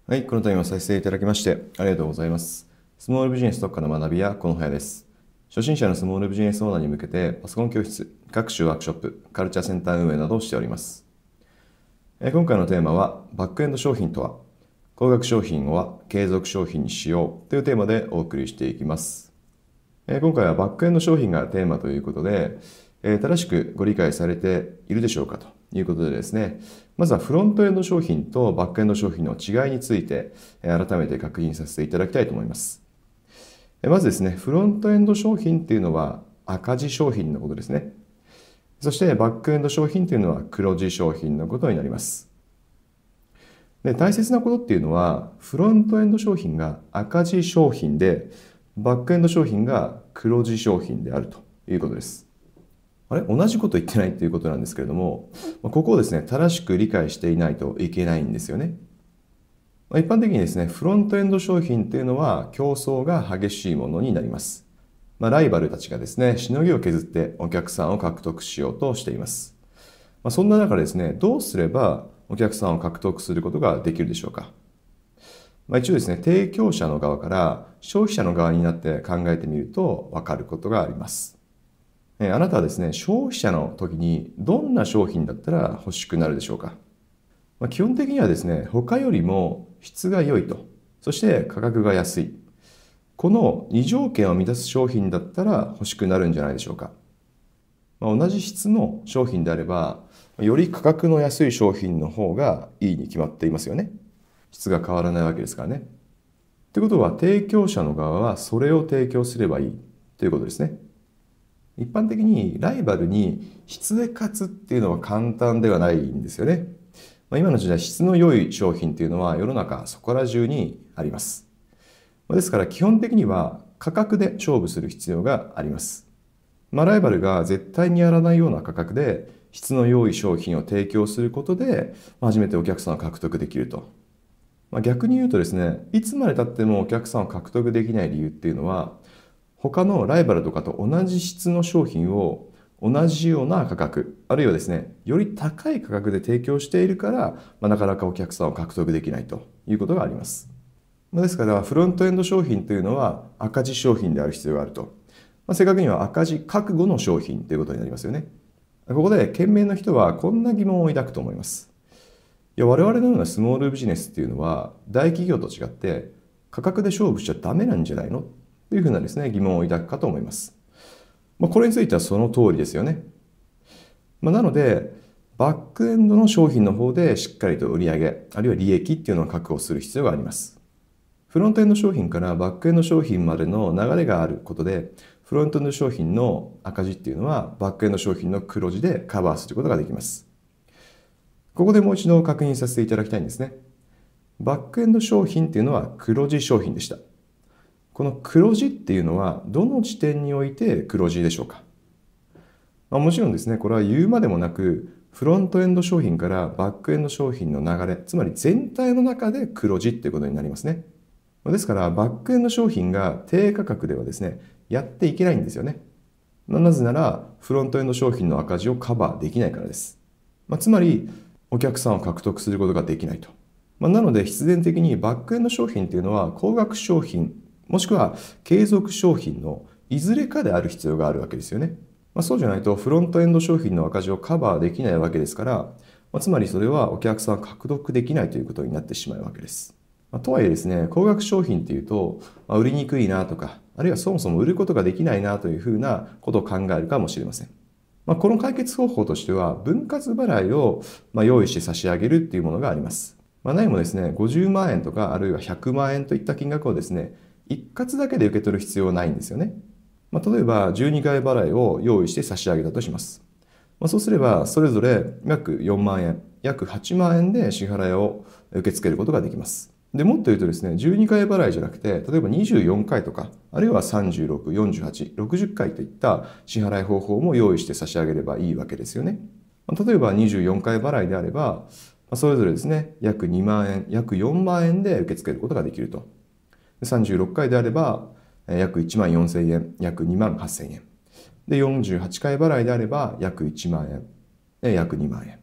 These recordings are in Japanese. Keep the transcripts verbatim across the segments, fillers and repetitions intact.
はい、この度は再生いただきましてありがとうございます。スモールビジネス特化の学びやこの部屋です。初心者のスモールビジネスオーナーに向けてパソコン教室、各種ワークショップ、カルチャーセンター運営などをしております。え今回のテーマはバックエンド商品とは、高額商品は継続商品にしようというテーマでお送りしていきます。え今回はバックエンド商品がテーマということで、え正しくご理解されているでしょうかということでですね、まずはフロントエンド商品とバックエンド商品の違いについて改めて確認させていただきたいと思います。まずですね、フロントエンド商品っていうのは赤字商品のことですね。そしてバックエンド商品というのは黒字商品のことになります。で、大切なことっていうのは、フロントエンド商品が赤字商品で、バックエンド商品が黒字商品であるということです。あれ同じこと言ってないっていうことなんですけれども、ここをですね、正しく理解していないといけないんですよね。一般的にですね、フロントエンド商品っていうのは競争が激しいものになります。まあ、ライバルたちがですね、しのぎを削ってお客さんを獲得しようとしています。まあ、そんな中ですね、どうすればお客さんを獲得することができるでしょうか。まあ、一応ですね、提供者の側から消費者の側になって考えてみると分かることがあります。えあなたはですね、消費者の時にどんな商品だったら欲しくなるでしょうか。まあ、基本的にはですね、他よりも質が良いと、そして価格が安い。このに条件を満たす商品だったら欲しくなるんじゃないでしょうか。まあ、同じ質の商品であれば、より価格の安い商品の方がいいに決まっていますよね。質が変わらないわけですからね。ということは、提供者の側はそれを提供すればいいということですね。一般的にライバルに質で勝つっていうのは簡単ではないんですよね。まあ、今の時代、質の良い商品っていうのは世の中そこら中にあります。ですから基本的には価格で勝負する必要があります。まあ、ライバルが絶対にやらないような価格で質の良い商品を提供することで初めてお客さんを獲得できると。まあ、逆に言うとですね、いつまでたってもお客さんを獲得できない理由っていうのは、他のライバルとかと同じ質の商品を同じような価格、あるいはですね、より高い価格で提供しているから、まあ、なかなかお客さんを獲得できないということがあります。ですから、フロントエンド商品というのは赤字商品である必要があると。まあ、正確には赤字覚悟の商品ということになりますよね。ここで、賢明な人はこんな疑問を抱くと思います。いや、我々のようなスモールビジネスっていうのは、大企業と違って価格で勝負しちゃダメなんじゃないのというふうなですね、疑問を抱くかと思います。まあ、これについてはその通りですよね。まあ、なので、バックエンドの商品の方でしっかりと売り上げ、あるいは利益っていうのを確保する必要があります。フロントエンド商品からバックエンド商品までの流れがあることで、フロントエンド商品の赤字っていうのはバックエンド商品の黒字でカバーすることができます。ここでもう一度確認させていただきたいんですね。バックエンド商品っていうのは黒字商品でした。この黒字っていうのはどの時点において黒字でしょうか。まあ、もちろんですね、これは言うまでもなく、フロントエンド商品からバックエンド商品の流れ、つまり全体の中で黒字っていうことになりますね。ですから、バックエンド商品が低価格ではですね、やっていけないんですよね。なぜなら、フロントエンド商品の赤字をカバーできないからです。まあ、つまり、お客さんを獲得することができないと。まあ、なので、必然的にバックエンド商品というのは、高額商品、もしくは継続商品のいずれかである必要があるわけですよね。まあ、そうじゃないと、フロントエンド商品の赤字をカバーできないわけですから、まあ、つまりそれはお客さんを獲得できないということになってしまうわけです。とはいえですね、高額商品っていうと、まあ、売りにくいなとか、あるいはそもそも売ることができないなというふうなことを考えるかもしれません。まあ、この解決方法としては、分割払いをまあ用意して差し上げるっていうものがあります。まあ、何もですね、ごじゅうまんえんとか、あるいはひゃくまんえんといった金額をですね、一括だけで受け取る必要はないんですよね。まあ、例えば、じゅうにかい払いを用意して差し上げたとします。まあ、そうすれば、それぞれ約よんまんえん、約はちまんえんで支払いを受け付けることができます。で、もっと言うとですね、じゅうにかい払いじゃなくて、例えばにじゅうよんかいとか、あるいはさんじゅうろく、よんじゅうはち、ろくじゅっかいといった支払い方法も用意して差し上げればいいわけですよね。例えばにじゅうよんかい払いであれば、それぞれですね、約にまんえん、約よんまんえんで受け付けることができると。さんじゅうろっかいであれば、約いちまんよんせんえん、約にまんはっせんえん。で、よんじゅうはちかい払いであれば、約いちまんえん、約にまんえん。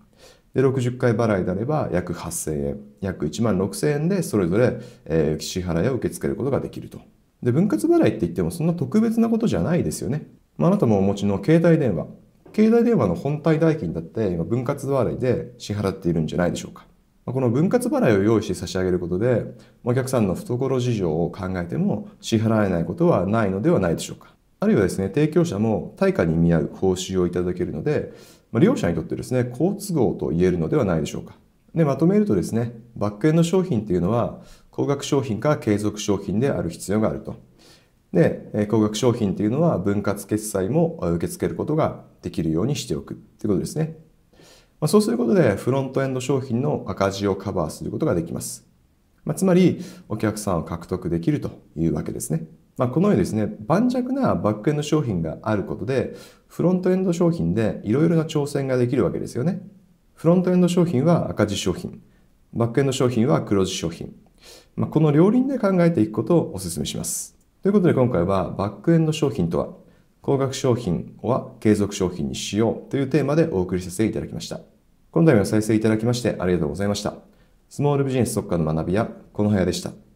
で、ろくじゅっかい払いであれば約はっせんえん、約いちまんろくせんえんでそれぞれ、えー支払いを受け付けることができると。で、分割払いって言ってもそんな特別なことじゃないですよね。まあ、あなたもお持ちの携帯電話、携帯電話の本体代金だって今分割払いで支払っているんじゃないでしょうか。この分割払いを用意して差し上げることで、お客さんの懐事情を考えても支払えないことはないのではないでしょうか。あるいはですね、提供者も対価に見合う報酬をいただけるので、まあ、利用者にとってですね、好都合と言えるのではないでしょうか。で、まとめるとですね、バックエンド商品っていうのは、高額商品か継続商品である必要があると。で、高額商品っていうのは分割決済も受け付けることができるようにしておくっていうことですね。まあ、そうすることでフロントエンド商品の赤字をカバーすることができます。まあ、つまりお客さんを獲得できるというわけですね。まあ、このようにですね、盤石なバックエンド商品があることで、フロントエンド商品でいろいろな挑戦ができるわけですよね。フロントエンド商品は赤字商品、バックエンド商品は黒字商品。まあ、この両輪で考えていくことをお勧めします。ということで今回はバックエンド商品とは、高額商品は継続商品にしようというテーマでお送りさせていただきました。この度は再生いただきましてありがとうございました。スモールビジネス特化の学びやこの部屋でした。